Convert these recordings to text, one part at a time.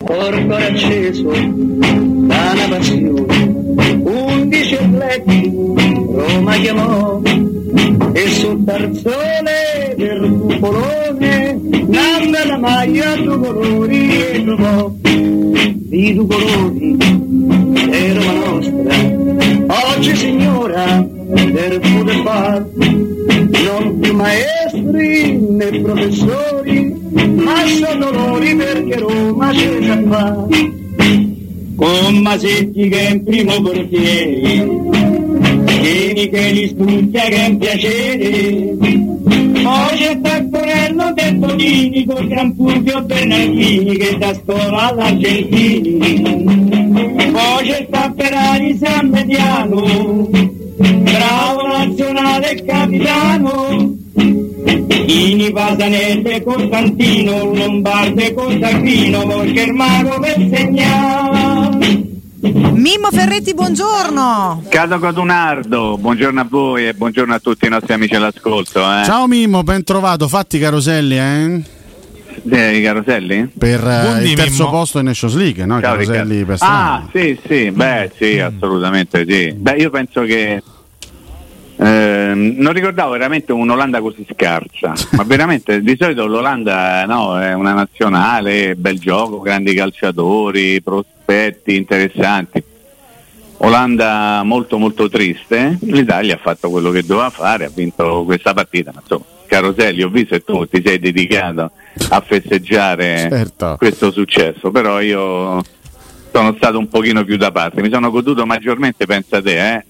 cuore acceso da una passione, 11 atleti Roma chiamò e sul tarzone del cupolone nanda la maglia due colori e trovò di due colori è Roma nostra oggi signora del football, non più maestri né professori ma sono loro perché Roma c'è già fa con Masetti che è in primo portiere, Vieni che li studia che è un piacere, poi c'è Taccorello del Tonini con Gran Fulvio Bernardini che da scuola all'Argentini, poi c'è Tapperari San Mediano, bravo nazionale e capitano, Ini Pasanelle Costantino, Lombardo con Tagrino, perché il mago per segnare. Mimmo Ferretti, buongiorno. Cado Codunardo, buongiorno a voi e buongiorno a tutti i nostri amici all'ascolto. Ciao Mimmo, ben trovato. Fatti i caroselli, I caroselli? Per il terzo Mimmo. posto in Nations League, no? Ciao, Caroselli personali. Sì, sì, assolutamente sì. Io penso che non ricordavo veramente un'Olanda così scarsa, ma veramente di solito l'Olanda è una nazionale, bel gioco, grandi calciatori, prospetti interessanti. Olanda molto molto triste, l'Italia ha fatto quello che doveva fare, ha vinto questa partita, ma insomma, Caroselli, ho visto che tu ti sei dedicato a festeggiare questo successo, però io sono stato un pochino più da parte, mi sono goduto maggiormente, pensa te,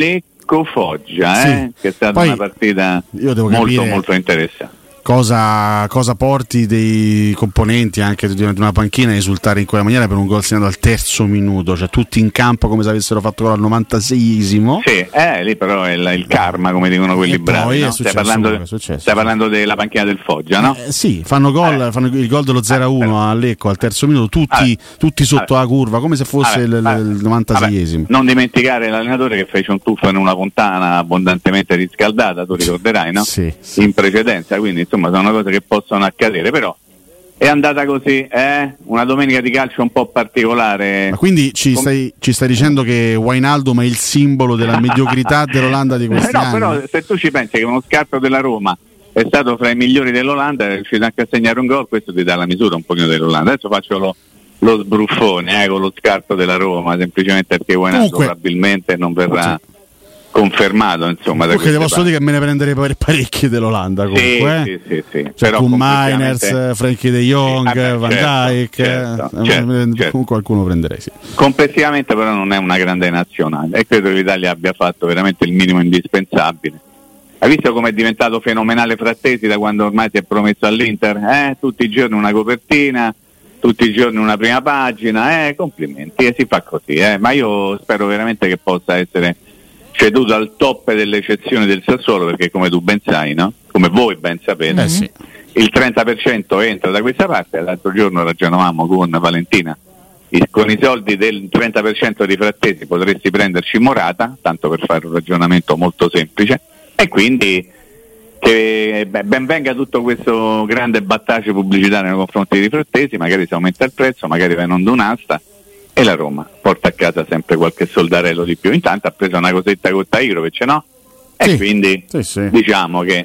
Foggia, che è stata una partita molto molto interessante. Cosa porti dei componenti anche di una panchina a esultare in quella maniera per un gol segnato al terzo minuto, cioè tutti in campo come se avessero fatto gol al 96esimo? Sì, lì però è il karma, come dicono quelli bravi, no? Stai parlando della panchina del Foggia, no? Sì, fanno il gol dello 0-1 a Lecco al terzo minuto, tutti sotto la curva come se fosse il 96esimo. Non dimenticare l'allenatore che fece un tuffo in una fontana abbondantemente riscaldata, tu ricorderai, no? Sì. In precedenza, quindi insomma sono cose che possono accadere, però è andata così, una domenica di calcio un po' particolare. Ma quindi ci stai dicendo che Wijnaldum è il simbolo della mediocrità dell'Olanda di questi anni? Però se tu ci pensi che uno scarto della Roma è stato fra i migliori dell'Olanda, è riuscito anche a segnare un gol, questo ti dà la misura un pochino dell'Olanda. Adesso faccio lo sbruffone con lo scarto della Roma, semplicemente perché Wijnaldum probabilmente non verrà confermato, insomma. Perché posso dire che me ne prenderei parecchi dell'Olanda comunque. Sì. Cioè però con Miners, Frankie de Jong, Van Dijk, certo. Comunque qualcuno prenderei, sì. Complessivamente però non è una grande nazionale e credo che l'Italia abbia fatto veramente il minimo indispensabile. Hai visto come è diventato fenomenale Frattesi da quando ormai si è promesso all'Inter? Tutti i giorni una copertina, tutti i giorni una prima pagina, complimenti, e si fa così, ma io spero veramente che possa essere ceduto al top delle eccezioni del Sassuolo, perché come tu ben sai, no? Come voi ben sapete, il 30% entra da questa parte. L'altro giorno ragionavamo con Valentina, con i soldi del 30% di Frattesi potresti prenderci Morata, tanto per fare un ragionamento molto semplice, e quindi che ben venga tutto questo grande battaggio pubblicitario nei confronti di Frattesi, magari si aumenta il prezzo, magari va in onda un'asta e la Roma porta a casa sempre qualche soldarello di più. Intanto ha preso una cosetta con Tahirovic, no? E quindi diciamo che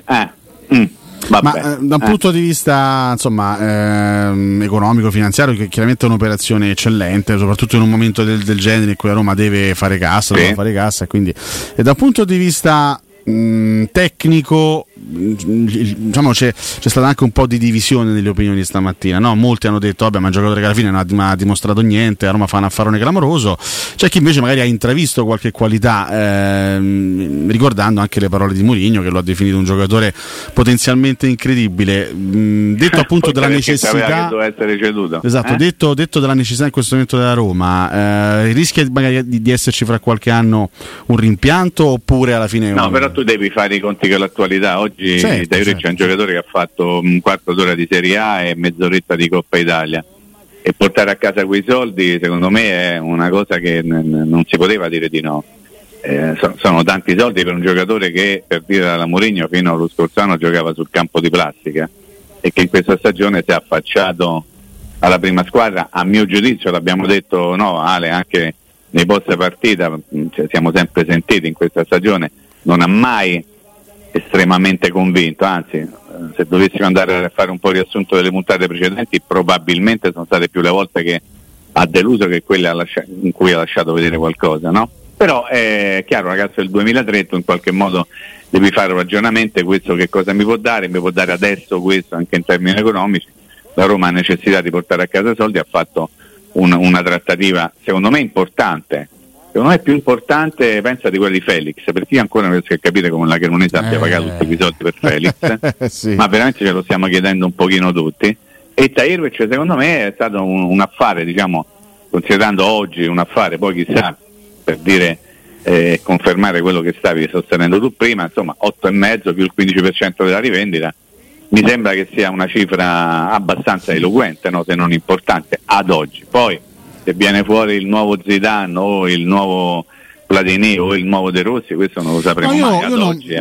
da un punto di vista economico, finanziario, che chiaramente è un'operazione eccellente, soprattutto in un momento del genere in cui la Roma deve fare cassa, e quindi da un punto di vista tecnico, diciamo c'è stata anche un po' di divisione nelle opinioni stamattina, no? Molti hanno detto vabbè, ma un giocatore che alla fine non ha dimostrato niente, a Roma fa un affarone clamoroso. C'è chi invece magari ha intravisto qualche qualità, ricordando anche le parole di Mourinho, che lo ha definito un giocatore potenzialmente incredibile, detto appunto della necessità, essere ceduto. Esatto, detto della necessità in questo momento della Roma, rischia magari di esserci fra qualche anno un rimpianto, oppure alla fine però tu devi fare i conti con l'attualità. Oggi Tahirovic è un giocatore che ha fatto un quarto d'ora di Serie A e mezz'oretta di Coppa Italia, e portare a casa quei soldi secondo me è una cosa che non si poteva dire di no. Sono tanti soldi per un giocatore che, per dire dalla Mourinho, fino allo scorso anno giocava sul campo di plastica e che in questa stagione si è affacciato alla prima squadra, a mio giudizio, l'abbiamo detto Ale anche nei post partita, siamo sempre sentiti in questa stagione, non ha mai estremamente convinto, anzi se dovessimo andare a fare un po' riassunto delle puntate precedenti, probabilmente sono state più le volte che ha deluso che quelle in cui ha lasciato vedere qualcosa, no? Però è chiaro, ragazzo del 2003, tu in qualche modo devi fare un ragionamento, questo che cosa mi può dare adesso questo anche in termini economici. La Roma ha necessità di portare a casa soldi, ha fatto una trattativa secondo me importante, secondo me più importante pensa di quella di Felix, perché io ancora non riesco a capire come la Cremonese abbia pagato tutti i soldi per Felix sì. Ma veramente ce lo stiamo chiedendo un pochino tutti. E Tahirovic secondo me è stato un affare, diciamo, considerando oggi un affare, poi chissà, per dire confermare quello che stavi sostenendo tu prima, insomma 8,5 più il 15% della rivendita mi sembra che sia una cifra abbastanza eloquente, no? Se non importante ad oggi. Poi se viene fuori il nuovo Zidane o il nuovo Platini o il nuovo De Rossi, questo non lo sapremo mai. Ad oggi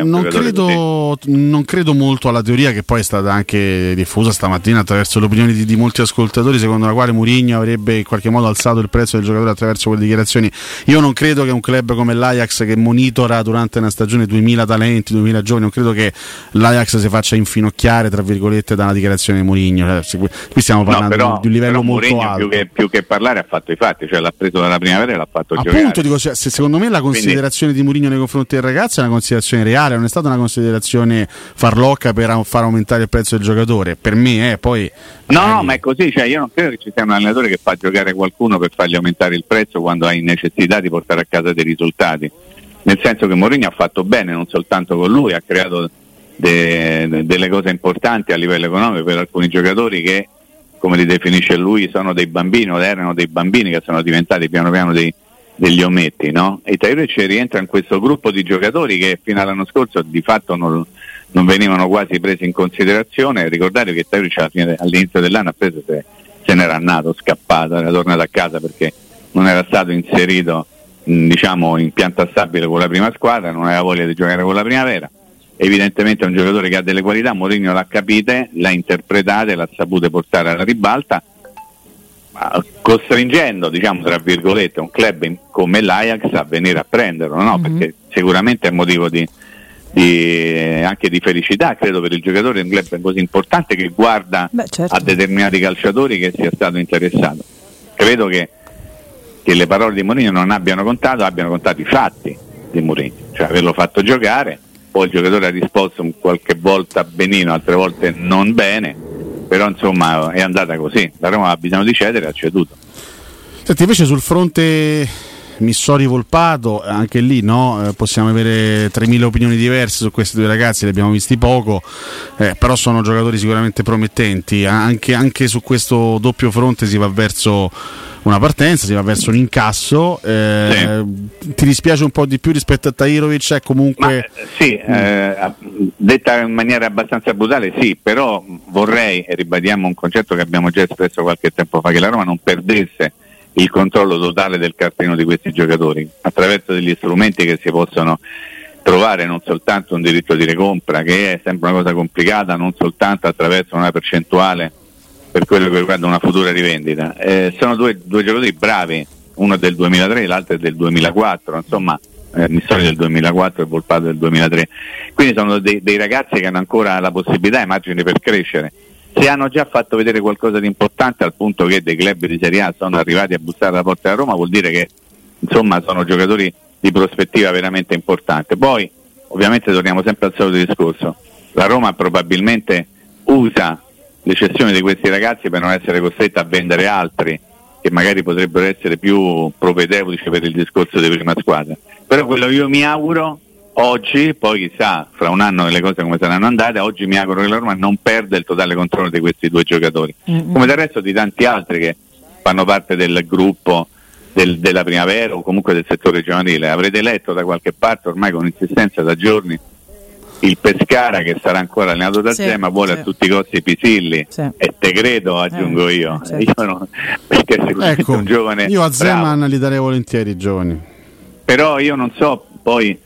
non credo molto alla teoria che poi è stata anche diffusa stamattina attraverso le opinioni di molti ascoltatori, secondo la quale Mourinho avrebbe in qualche modo alzato il prezzo del giocatore attraverso quelle dichiarazioni. Io non credo che un club come l'Ajax, che monitora durante una stagione 2000 talenti, 2000 giovani, non credo che l'Ajax si faccia infinocchiare tra virgolette da una dichiarazione di Mourinho. Qui stiamo parlando di un livello molto Mourinho, alto. Più che parlare ha fatto i fatti, cioè l'ha preso dalla primavera e l'ha fatto giocare. Appunto, dico, cioè, se secondo me la considerazione di Mourinho nei confronti del ragazzo è una considerazione reale, non è stata una considerazione farlocca per far aumentare il prezzo del giocatore. Per me poi no, ma è così, cioè io non credo che ci sia un allenatore che fa giocare qualcuno per fargli aumentare il prezzo quando hai necessità di portare a casa dei risultati, nel senso che Mourinho ha fatto bene non soltanto con lui, ha creato delle cose importanti a livello economico per alcuni giocatori che, come li definisce lui, sono dei bambini o erano dei bambini che sono diventati piano piano degli ometti, no? E Tahirovic rientra in questo gruppo di giocatori che fino all'anno scorso di fatto non venivano quasi presi in considerazione. Ricordate che Tahirovic all'inizio dell'anno ha preso, se n'era andato, scappato, era tornato a casa perché non era stato inserito diciamo in pianta stabile con la prima squadra, non aveva voglia di giocare con la primavera. Evidentemente è un giocatore che ha delle qualità, Mourinho l'ha capite, l'ha interpretate, l'ha sapute portare alla ribalta, costringendo, diciamo tra virgolette, un club come l'Ajax a venire a prenderlo, no? Perché sicuramente è motivo anche di felicità, credo, per il giocatore, un club così importante che guarda certo, a determinati calciatori, che sia stato interessato. Credo che le parole di Mourinho non abbiano contato i fatti di Mourinho, cioè averlo fatto giocare. Poi il giocatore ha risposto qualche volta benino, altre volte non bene, però insomma è andata così. La Roma ha bisogno di cedere, ha ceduto. Senti, invece sul fronte Missori Volpato, anche lì possiamo avere 3.000 opinioni diverse su questi due ragazzi, li abbiamo visti poco, però sono giocatori sicuramente promettenti. Anche su questo doppio fronte si va verso una partenza, si va verso un incasso. Ti dispiace un po' di più rispetto a Tahirovic? Comunque detta in maniera abbastanza brutale, sì, però vorrei, e ribadiamo un concetto che abbiamo già espresso qualche tempo fa, che la Roma non perdesse il controllo totale del cartellino di questi giocatori attraverso degli strumenti che si possono trovare, non soltanto un diritto di recompra, che è sempre una cosa complicata, non soltanto attraverso una percentuale per quello che riguarda una futura rivendita. Sono due giocatori bravi, uno è del 2003, l'altro è del 2004, insomma Missori del 2004 e Volpato del 2003, quindi sono dei ragazzi che hanno ancora la possibilità e margini per crescere. Se hanno già fatto vedere qualcosa di importante al punto che dei club di Serie A sono arrivati a bussare alla porta della Roma, vuol dire che insomma sono giocatori di prospettiva veramente importante. Poi ovviamente torniamo sempre al solito discorso, la Roma probabilmente usa le cessioni di questi ragazzi per non essere costretta a vendere altri che magari potrebbero essere più propedeutici per il discorso di prima squadra. Però quello io mi auguro oggi, poi chissà fra un anno le cose come saranno andate, oggi mi auguro che la Roma non perda il totale controllo di questi due giocatori, come del resto di tanti altri che fanno parte del gruppo della primavera o comunque del settore giovanile. Avrete letto da qualche parte ormai con insistenza da giorni il Pescara, che sarà ancora allenato da Zema, vuole a tutti i costi Pisilli, e te credo, aggiungo io. Io non, perché sicuramente un giovane io a Zeman bravo, li darei volentieri i giovani, però io non so poi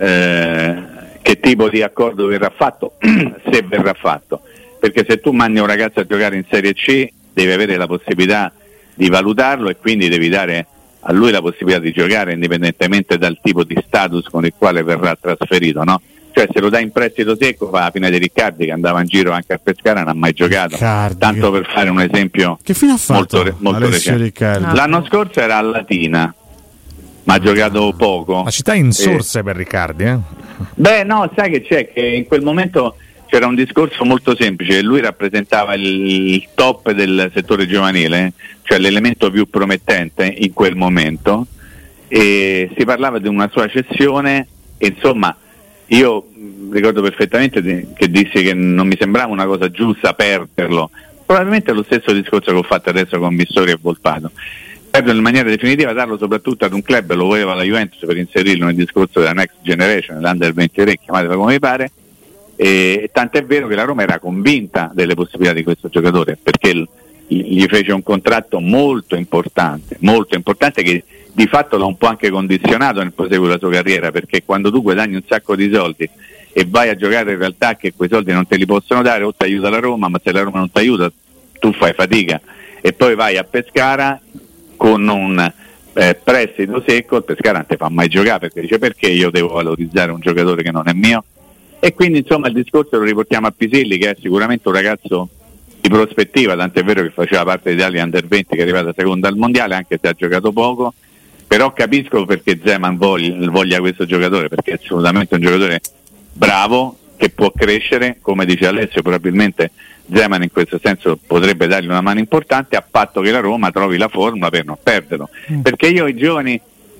che tipo di accordo verrà fatto se verrà fatto, perché se tu mandi un ragazzo a giocare in Serie C devi avere la possibilità di valutarlo e quindi devi dare a lui la possibilità di giocare indipendentemente dal tipo di status con il quale verrà trasferito, no? Cioè se lo dai in prestito secco fa la fine di Riccardi che andava in giro anche a Pescara, non ha mai giocato. Riccardi, tanto per fare un esempio che fine ha fatto molto recente. Riccardi? L'anno scorso era a Latina, ma ha giocato poco. La città in sorse per Riccardi, Beh no, sai che c'è, che in quel momento c'era un discorso molto semplice, lui rappresentava il top del settore giovanile, cioè l'elemento più promettente in quel momento, e si parlava di una sua cessione, e insomma io ricordo perfettamente che dissi che non mi sembrava una cosa giusta perderlo. Probabilmente è lo stesso discorso che ho fatto adesso con Missori e Volpato, perderlo in maniera definitiva, darlo soprattutto ad un club, lo voleva la Juventus per inserirlo nel discorso della Next Generation, l'Under 23, chiamatela come vi pare, e tant'è vero che la Roma era convinta delle possibilità di questo giocatore, perché gli fece un contratto molto importante che di fatto l'ha un po' anche condizionato nel proseguo della sua carriera, perché quando tu guadagni un sacco di soldi e vai a giocare in realtà che quei soldi non te li possono dare, o ti aiuta la Roma, ma se la Roma non ti aiuta tu fai fatica, e poi vai a Pescara con un prestito secco, il Pescara non ti fa mai giocare perché dice perché io devo valorizzare un giocatore che non è mio. E quindi insomma il discorso lo riportiamo a Pisilli, che è sicuramente un ragazzo di prospettiva, tant'è vero che faceva parte dell'Italia Under 20 che è arrivata seconda al mondiale, anche se ha giocato poco, però capisco perché Zeman voglia questo giocatore, perché è assolutamente un giocatore bravo che può crescere, come dice Alessio, probabilmente Zeman in questo senso potrebbe dargli una mano importante, a patto che la Roma trovi la formula per non perderlo, perché io i giovani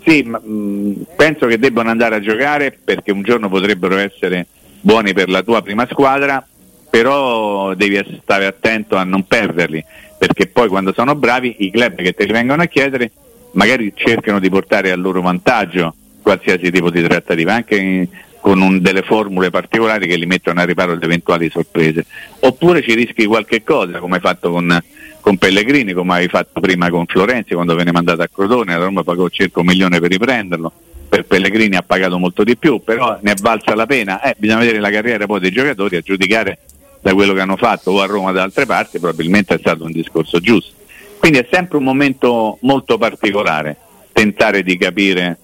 penso che debbano andare a giocare perché un giorno potrebbero essere buoni per la tua prima squadra, però devi stare attento a non perderli, perché poi quando sono bravi i club che te li vengono a chiedere magari cercano di portare a loro vantaggio qualsiasi tipo di trattativa, anche con delle formule particolari che li mettono a riparo di eventuali sorprese, oppure ci rischi qualche cosa, come hai fatto con Pellegrini, come avevi fatto prima con Florenzi quando venne mandato a Crotone, la Roma pagò circa 1 milione per riprenderlo, per Pellegrini ha pagato molto di più, però ne è valsa la pena. Bisogna vedere la carriera poi dei giocatori, a giudicare da quello che hanno fatto o a Roma o da altre parti, probabilmente è stato un discorso giusto. Quindi è sempre un momento molto particolare tentare di capire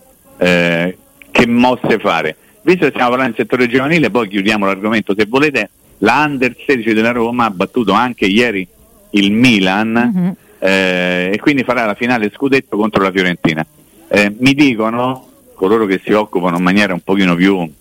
che mosse fare. Visto che stiamo parlando del settore giovanile, poi chiudiamo l'argomento se volete. La Under 16 della Roma ha battuto anche ieri il Milan, e quindi farà la finale scudetto contro la Fiorentina. Mi dicono coloro che si occupano in maniera un pochino più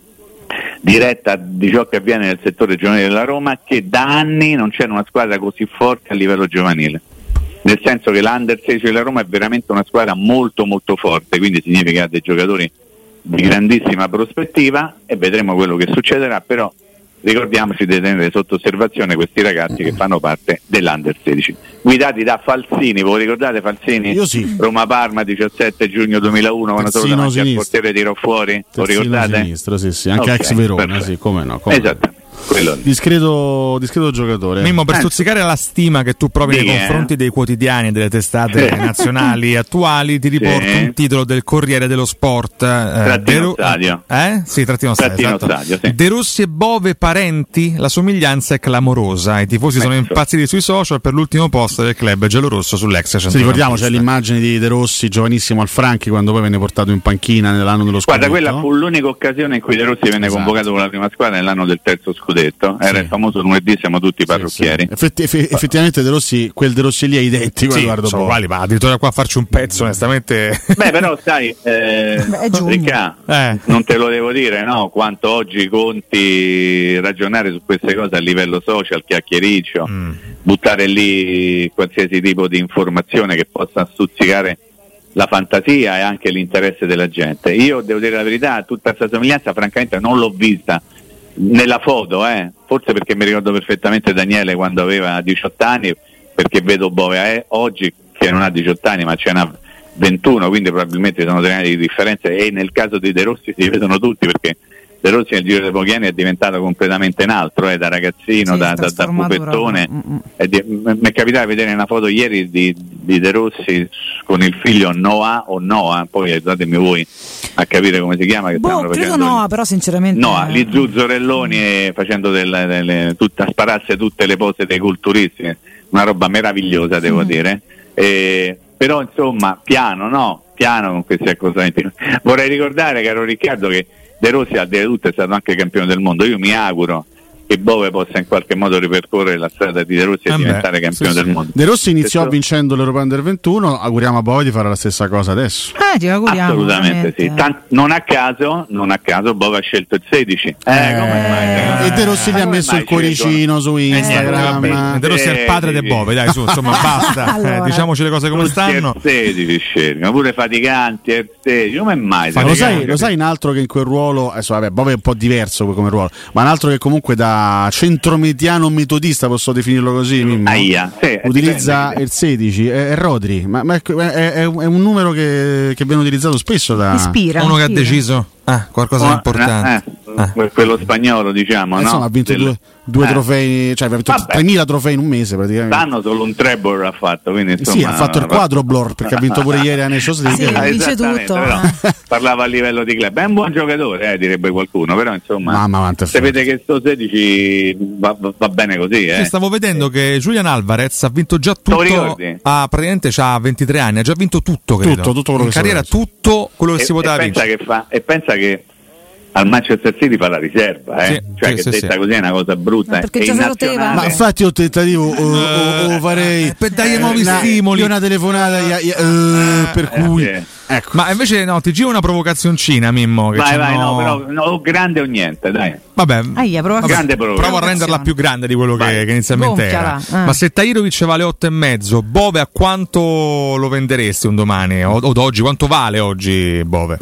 diretta di ciò che avviene nel settore giovanile della Roma, che da anni non c'era una squadra così forte a livello giovanile, nel senso che l'Under 16 della Roma è veramente una squadra molto molto forte, quindi significa che ha dei giocatori di grandissima prospettiva e vedremo quello che succederà, però ricordiamoci di tenere sotto osservazione questi ragazzi che fanno parte dell'Under 16, guidati da Falsini. Voi ricordate Falsini? Io sì. Roma-Parma 17 giugno 2001, quando solo davanti al portiere tirò fuori, lo ricordate? Sinistro, sì, anche okay, ex Verona, perfetto. sì, come no. Esattamente. Discreto giocatore. Mimmo, per stuzzicare la stima che tu provi nei confronti dei quotidiani e delle testate nazionali attuali, ti riporto un titolo del Corriere dello Sport, Trattino Stadio. Sì, Trattino Stadio, esatto. Stadio, sì. De Rossi e Bove parenti, la somiglianza è clamorosa, i tifosi sono impazziti sui social per l'ultimo posto del club giallorosso sull'ex centrocampista. Ricordiamo, c'è l'immagine di De Rossi giovanissimo al Franchi quando poi venne portato in panchina nell'anno dello scudetto. Guarda, quella fu l'unica occasione in cui De Rossi venne convocato con la prima squadra nell'anno del terzo scudetto. Era il famoso lunedì siamo tutti parrucchieri. Effettivamente De Rossi, quel De Rossi lì è identico a Edoardo Bove. Uguali, ma addirittura qua a farci un pezzo onestamente. Beh, però sai, Ricca, non te lo devo dire, no? Quanto oggi conti ragionare su queste cose a livello social, chiacchiericcio, buttare lì qualsiasi tipo di informazione che possa stuzzicare la fantasia e anche l'interesse della gente. Io devo dire la verità, tutta questa somiglianza francamente non l'ho vista nella foto, forse perché mi ricordo perfettamente Daniele quando aveva 18 anni, perché vedo Bove oggi che non ha 18 anni ma ce n'ha 21, quindi probabilmente sono 3 anni di differenza, e nel caso di De Rossi si vedono tutti, perché De Rossi nel giro dei pochi anni è diventato completamente un altro, da ragazzino, da pupettone. Mi è capitato di vedere una foto ieri di De Rossi con il figlio Noah, poi aiutatemi voi a capire come si chiama, che stavano facendo Noah, però sinceramente gli zuzzurelloni e facendo a spararsi tutte le pose dei culturisti. una roba meravigliosa, devo dire. Però insomma piano con questi accostamenti. Vorrei ricordare, caro Riccardo, che De Rossi al di là di tutto è stato anche campione del mondo. Io mi auguro che Bove possa in qualche modo ripercorrere la strada di De Rossi e diventare campione del mondo. De Rossi iniziò vincendo l'Europa Under 21, auguriamo a Bove di fare la stessa cosa adesso. Ti auguriamo. Assolutamente sì. Non a caso Bove ha scelto il 16. E De Rossi gli ha messo il cuoricino su Instagram. De Rossi è il padre di Bove, dai, su, insomma, basta. Allora. Diciamoci le cose come stanno. Il 16 scelgono, pure Faticanti, il 16, come mai? Lo sai un altro che in quel ruolo, adesso vabbè, Bove è un po' diverso come ruolo, ma un altro che comunque da centromediano metodista, posso definirlo così, Mimmo, utilizza il 16, è Rodri, ma è un numero che viene utilizzato spesso da uno che ha deciso qualcosa di importante. Quello spagnolo, diciamo, insomma, ha vinto due trofei, cioè ha vinto 3.000 trofei in un mese praticamente. Quest'anno solo un treble ha fatto, quindi insomma, sì, ha fatto il quadruplor perché ha vinto pure ieri a Nations League. Vince tutto. Però, parlava a livello di club, è un buon giocatore, direbbe qualcuno, però insomma sapete che sto 16 va bene così. Stavo vedendo che Julian Alvarez ha vinto già tutto, praticamente ha 23 anni, ha già vinto tutto, credo. Tutto quello in carriera, tutto quello che si poteva vincere. E pensa che al Manchester City fa la riserva, detta così è una cosa brutta. Perché già se lo teva. Ma infatti ho tentativo farei per dargli nuovi stimoli, una telefonata per cui ecco. Ma invece ti giro una provocazioncina, Mimmo, che però grande o niente, dai. Vabbè, grande provo a renderla più grande di quello che inizialmente era. Ma se Tahirovic vale 8,5, Bove a quanto lo venderesti un domani? O oggi, quanto vale oggi Bove?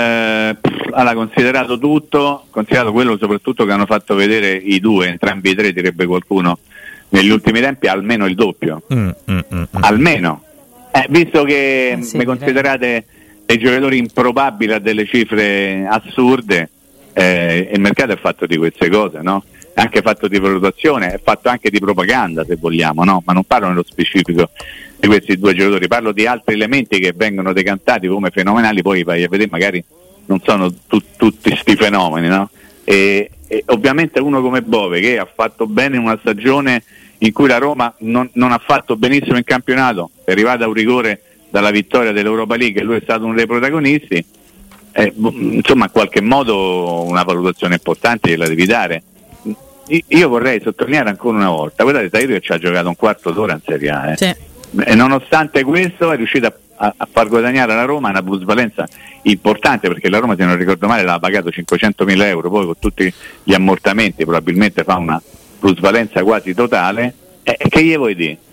Allora, considerato quello soprattutto che hanno fatto vedere i due, entrambi i tre, direbbe qualcuno, negli ultimi tempi, almeno il doppio. Almeno. Visto che mi considerate dei giocatori improbabili a delle cifre assurde, il mercato è fatto di queste cose, no? È anche fatto di valutazione, è fatto anche di propaganda, se vogliamo, no? Ma non parlo nello specifico di questi due giocatori, parlo di altri elementi che vengono decantati come fenomenali, poi vai a vedere magari non sono tutti sti fenomeni, no? E ovviamente uno come Bove, che ha fatto bene in una stagione in cui la Roma non ha fatto benissimo in campionato, è arrivata a un rigore dalla vittoria dell'Europa League e lui è stato uno dei protagonisti, insomma in qualche modo una valutazione importante gliela devi dare. Io vorrei sottolineare ancora una volta, guardate, Tahirovic ci ha giocato un quarto d'ora in Serie A, e nonostante questo è riuscito a far guadagnare alla Roma una plusvalenza importante, perché la Roma, se non ricordo male, l'ha pagato 500.000 euro, poi con tutti gli ammortamenti probabilmente fa una plusvalenza quasi totale. Che gli vuoi dire?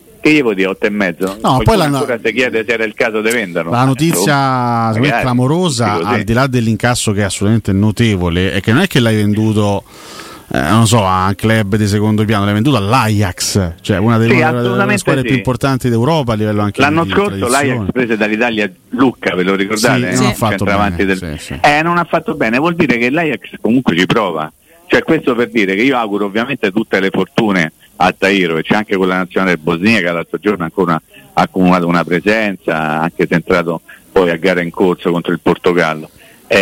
8,5? No, poi ancora si chiede se era il caso di venderlo. La notizia clamorosa, al di là dell'incasso che è assolutamente notevole, è che non è che l'hai venduto non so, a un club di secondo piano, l'hai venduto all'Ajax, cioè una delle squadre più importanti d'Europa a livello anche l'anno scorso l'Ajax prese dall'Italia Lucca, ve lo ricordate? Non ha fatto bene, non ha fatto bene, vuol dire che l'Ajax comunque ci prova, cioè questo per dire che io auguro ovviamente tutte le fortune a Tahirovic, anche con la nazionale del Bosnia, che l'altro giorno ancora ha accumulato una presenza, anche se è entrato poi a gara in corso contro il Portogallo,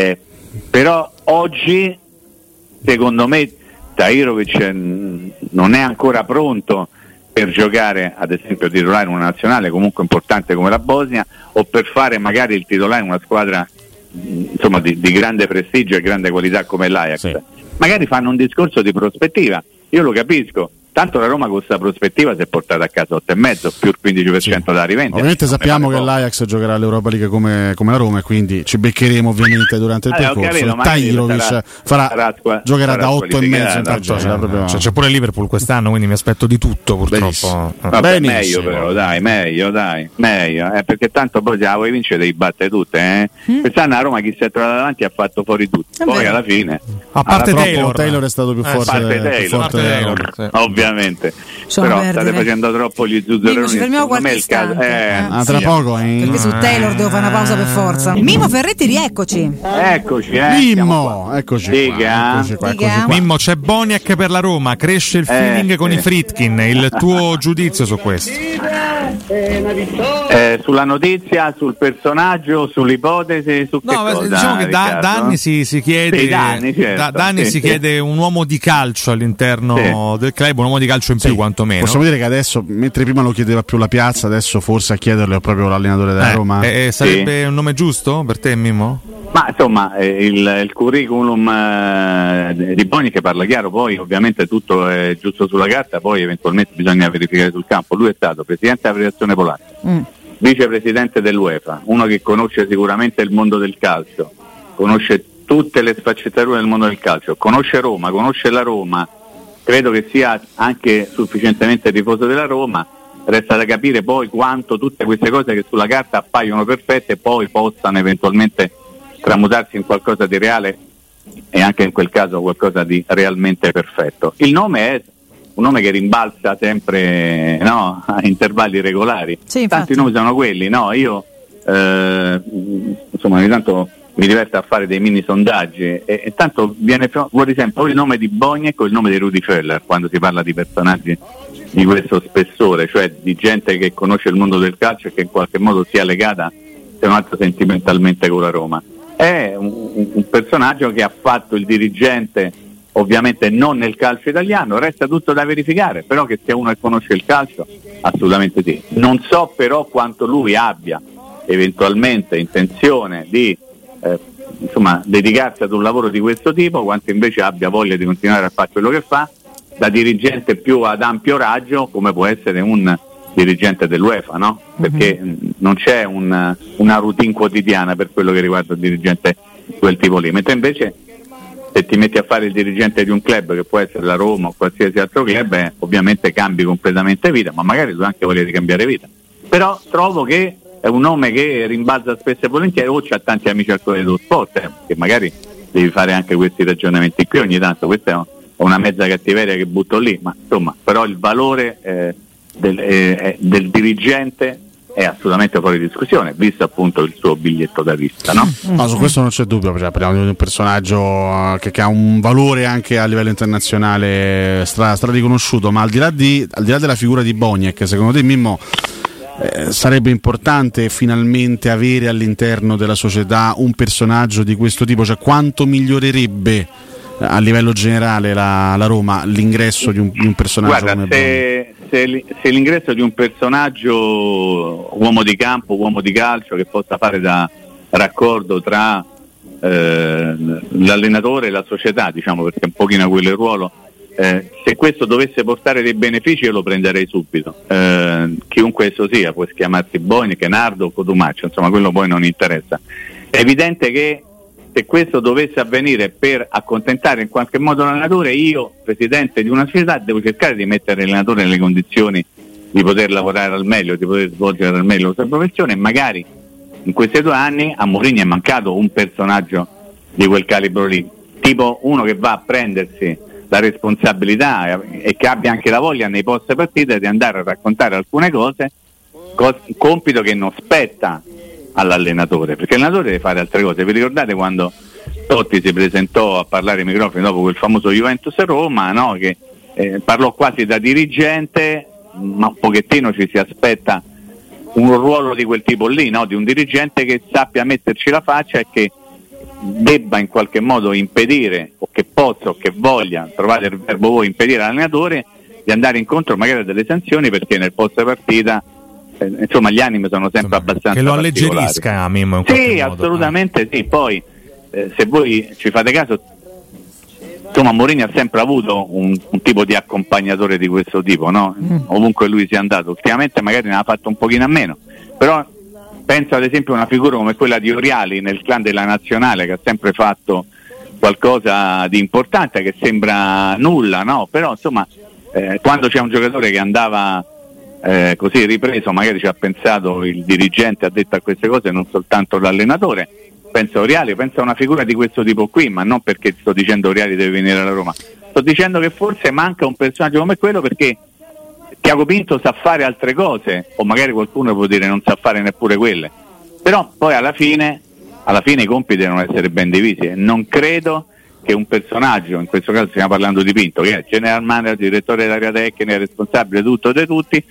però oggi secondo me Tahirovic non è ancora pronto per giocare ad esempio titolare in una nazionale comunque importante come la Bosnia, o per fare magari il titolare in una squadra insomma di grande prestigio e grande qualità come l'Ajax. Magari fanno un discorso di prospettiva, io lo capisco, tanto la Roma con questa prospettiva si è portata a casa 8,5 più il 15% da rivendere. Ovviamente sappiamo che l'Ajax giocherà l'Europa League come la Roma, e quindi ci beccheremo ovviamente durante il percorso. Tahirovic giocherà da 8,5. C'è pure Liverpool quest'anno, quindi mi aspetto di tutto purtroppo. Meglio però, meglio, perché tanto poi se la vuoi vincere devi battere tutte. Quest'anno a Roma chi si è trovato davanti ha fatto fuori tutti, poi alla fine a parte Taylor è stato più forte, ovviamente, però state facendo troppo gli zuzzeroni. Ci fermiamo qualche istante. Tra poco perché su Taylor devo fare una pausa per forza. Mimmo Ferretti, rieccoci. Mimmo, eccoci qua. Mimmo, c'è Boniek per la Roma, cresce il feeling con i Friedkin, il tuo giudizio su questo? Sulla notizia, sul personaggio, sull'ipotesi, su che cosa? Diciamo che da anni si chiede, si chiede un uomo di calcio all'interno del club, un uomo di calcio in più quantomeno. Possiamo dire che adesso, mentre prima lo chiedeva più la piazza, adesso forse a chiederlo è proprio l'allenatore della Roma. Sarebbe un nome giusto per te, Mimmo? Ma insomma il curriculum di Boni che parla chiaro, poi ovviamente tutto è giusto sulla carta, poi eventualmente bisogna verificare sul campo. Lui è stato presidente della Federazione Polacca, vicepresidente dell'UEFA, uno che conosce sicuramente il mondo del calcio, conosce tutte le sfaccettature del mondo del calcio, conosce Roma, conosce la Roma, credo che sia anche sufficientemente tifoso della Roma. Resta da capire poi quanto tutte queste cose che sulla carta appaiono perfette poi possano eventualmente tramutarsi in qualcosa di reale e anche in quel caso qualcosa di realmente perfetto. Il nome è un nome che rimbalza sempre, no, a intervalli regolari. Tanti nomi sono quelli, no? Io insomma ogni tanto mi diverto a fare dei mini sondaggi e tanto viene fuori sempre o il nome di Boniek o il nome di Rudi Völler quando si parla di personaggi di questo spessore, cioè di gente che conosce il mondo del calcio e che in qualche modo sia legata, se non altro sentimentalmente, con la Roma. È un personaggio che ha fatto il dirigente, ovviamente non nel calcio italiano, resta tutto da verificare, però che sia uno che conosce il calcio, assolutamente sì. Non so però quanto lui abbia eventualmente intenzione di dedicarsi ad un lavoro di questo tipo, quanto invece abbia voglia di continuare a fare quello che fa, da dirigente più ad ampio raggio, come può essere un dirigente dell'UEFA, no? Perché non c'è una routine quotidiana per quello che riguarda il dirigente di quel tipo lì, mentre invece se ti metti a fare il dirigente di un club che può essere la Roma o qualsiasi altro club, ovviamente cambi completamente vita, ma magari tu anche voglia di cambiare vita. Però trovo che è un nome che rimbalza spesso e volentieri, o c'ha tanti amici al Corriere dello Sport, che magari devi fare anche questi ragionamenti qui ogni tanto. Questa è una mezza cattiveria che butto lì, ma insomma, però il valore del dirigente è assolutamente fuori discussione, visto appunto il suo biglietto da visita, no? No, su questo non c'è dubbio, cioè, parliamo di un personaggio che ha un valore anche a livello internazionale riconosciuto, ma al di là della figura di Boniek, secondo te, Mimmo, sarebbe importante finalmente avere all'interno della società un personaggio di questo tipo? Cioè, quanto migliorerebbe a livello generale la Roma l'ingresso di un personaggio? Guarda, come se l'ingresso di un personaggio uomo di campo, uomo di calcio, che possa fare da raccordo tra l'allenatore e la società, diciamo, perché un pochino quello è il ruolo, se questo dovesse portare dei benefici io lo prenderei subito, chiunque esso sia, può chiamarsi Boniek, Nardo o Cotumaccio, insomma quello poi non interessa. È evidente che se questo dovesse avvenire per accontentare in qualche modo l'allenatore, io, presidente di una società, devo cercare di mettere l'allenatore nelle condizioni di poter lavorare al meglio, di poter svolgere al meglio la sua professione, e magari in questi 2 anni a Mourinho è mancato un personaggio di quel calibro lì, tipo uno che va a prendersi la responsabilità e che abbia anche la voglia nei post partite di andare a raccontare alcune cose, compito che non spetta all'allenatore, perché l'allenatore deve fare altre cose. Vi ricordate quando Totti si presentò a parlare ai microfoni dopo quel famoso Juventus Roma, no? Che parlò quasi da dirigente, ma un pochettino ci si aspetta un ruolo di quel tipo lì, no? Di un dirigente che sappia metterci la faccia e che debba in qualche modo impedire, o che possa o che voglia, trovate il verbo voi, impedire all'allenatore di andare incontro magari a delle sanzioni, perché nel post partita insomma gli animi sono sempre abbastanza che lo alleggerisca, Mimmo, sì, modo, assolutamente sì. Poi se voi ci fate caso, insomma Mourinho ha sempre avuto un tipo di accompagnatore di questo tipo, no? Ovunque lui sia andato. Ultimamente magari ne ha fatto un pochino a meno, però penso ad esempio a una figura come quella di Oriali nel clan della Nazionale, che ha sempre fatto qualcosa di importante, che sembra nulla, no? Però insomma quando c'è un giocatore che andava così ripreso, magari ci ha pensato il dirigente, ha detto a queste cose, non soltanto l'allenatore. Penso a Oriali, penso a una figura di questo tipo qui, ma non perché sto dicendo Oriali deve venire alla Roma, sto dicendo che forse manca un personaggio come quello, perché Tiago Pinto sa fare altre cose, o magari qualcuno può dire non sa fare neppure quelle, però poi alla fine i compiti devono essere ben divisi, e non credo che un personaggio, in questo caso stiamo parlando di Pinto, che è general manager, direttore dell'area tecnica, responsabile tutto di tutti,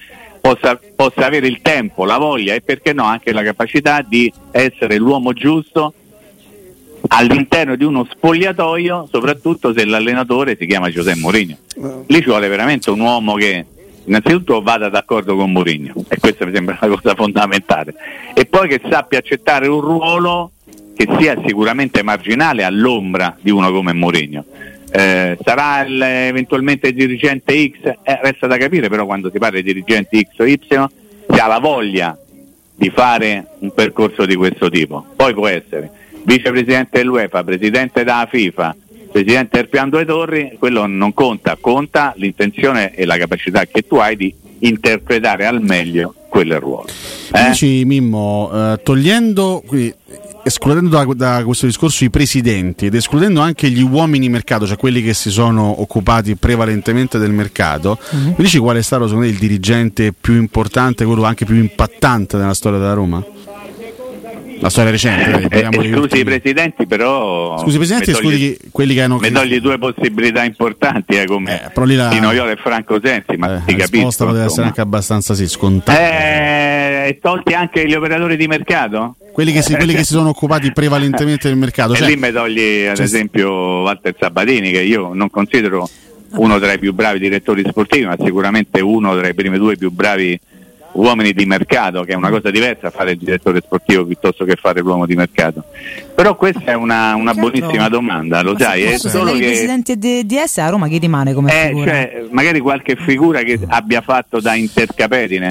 possa avere il tempo, la voglia e perché no anche la capacità di essere l'uomo giusto all'interno di uno spogliatoio, soprattutto se l'allenatore si chiama Giuseppe Mourinho. Lì ci vuole veramente un uomo che innanzitutto vada d'accordo con Mourinho, e questa mi sembra una cosa fondamentale, e poi che sappia accettare un ruolo che sia sicuramente marginale all'ombra di uno come Mourinho. Sarà eventualmente il dirigente X, resta da capire, però quando si parla di dirigenti X o Y si ha la voglia di fare un percorso di questo tipo. Poi può essere vicepresidente dell'UEFA, presidente della FIFA, presidente del Piano Due Torri, quello non conta l'intenzione e la capacità che tu hai di interpretare al meglio quel ruolo. Dici Mimmo, togliendo, quindi, escludendo da questo discorso i presidenti ed escludendo anche gli uomini mercato, cioè quelli che si sono occupati prevalentemente del mercato, mi dici qual è stato secondo te il dirigente più importante, quello anche più impattante nella storia della Roma? La storia recente, scusi i presidenti, però scusi i presidenti, scusi quelli che hanno. Mi togli due possibilità importanti come Tino Iolo e Franco Sensi, ma ti capisco. La risposta poteva essere anche abbastanza scontata. Tolti anche gli operatori di mercato? Quelli che si sono occupati prevalentemente del mercato. E lì mi togli ad esempio Walter Sabatini, che io non considero uno tra i più bravi direttori sportivi, ma sicuramente uno tra i primi due più bravi uomini di mercato, che è una cosa diversa fare il direttore sportivo piuttosto che fare l'uomo di mercato. Però questa è una buonissima domanda, lo sai, è solo che il presidente DS a Roma chi rimane come figura? Cioè, magari qualche figura che abbia fatto da intercapetine.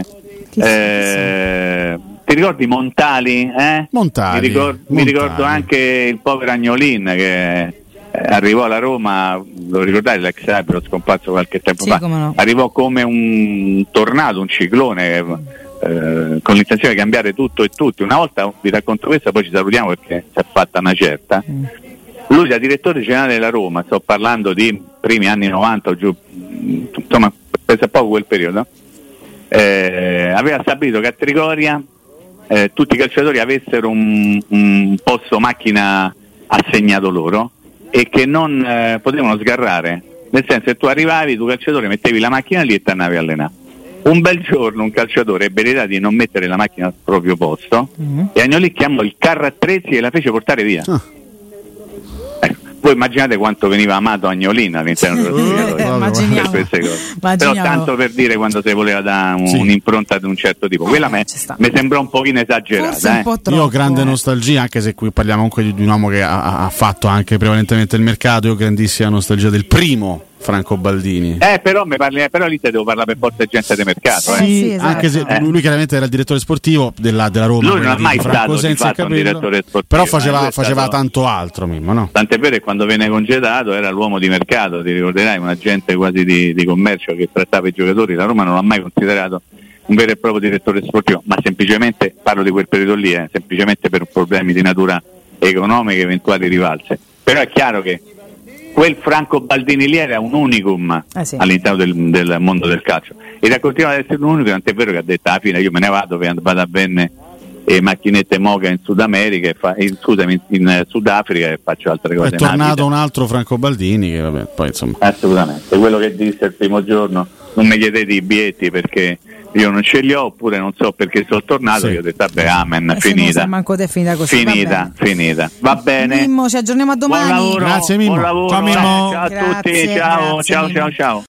Ti ricordi Montali? Montali. Mi ricordo anche il povero Agnolin che arrivò alla Roma, lo ricordate, l'ex arbitro scomparso qualche tempo fa, no. Arrivò come un tornado, un ciclone, con l'intenzione di cambiare tutto e tutti. Una volta vi racconto questa, poi ci salutiamo perché si è fatta una certa. Lui da direttore generale della Roma, sto parlando di primi anni 90 o giù, insomma pensa poco quel periodo, aveva stabilito che a Trigoria tutti i calciatori avessero un posto macchina assegnato loro e che non potevano sgarrare, nel senso che tu arrivavi, tu calciatore mettevi la macchina lì e ti andavi a allenare. Un bel giorno un calciatore ebbe l'idea di non mettere la macchina al proprio posto e Agnolì chiamò il carro attrezzi e la fece portare via. Voi immaginate quanto veniva amato Agnolina all'interno per queste cose. Però tanto per dire quando si voleva dare un'impronta di un certo tipo. Quella mi sembrò un pochino esagerata. Io ho grande nostalgia, anche se qui parliamo comunque di un uomo che ha fatto anche prevalentemente il mercato. Io ho grandissima nostalgia del primo Franco Baldini. Però lì te devo parlare per forza gente di mercato. Sì, esatto. Anche se lui chiaramente era il direttore sportivo della Roma. Lui non ha mai stato di fatto un direttore sportivo. Però faceva tanto altro, Mimmo, no? Tant'è vero che quando venne congedato era l'uomo di mercato, ti ricorderai, un agente quasi di commercio che trattava i giocatori. La Roma non l'ha mai considerato un vero e proprio direttore sportivo, ma semplicemente, parlo di quel periodo lì, semplicemente per problemi di natura economica e eventuali rivalse. Però è chiaro che quel Franco Baldini lì era un unicum all'interno del mondo del calcio ed ha continuato ad essere un unicum, tant'è vero che ha detto alla fine io me ne vado a bene macchinette Moga in Sud America in Sudafrica e faccio altre cose. È tornato un altro Franco Baldini che vabbè, poi insomma. Assolutamente, quello che disse il primo giorno, non mi chiedete i biglietti perché io non ce li ho, oppure non so perché sono tornato, io ho detto vabbè, amen, finita. Manco te finita così. Finita. Va bene. Mimmo, ci aggiorniamo a domani. Buon lavoro. Grazie Mimmo. Buon lavoro. Ciao Mimmo. Ciao a tutti, ciao.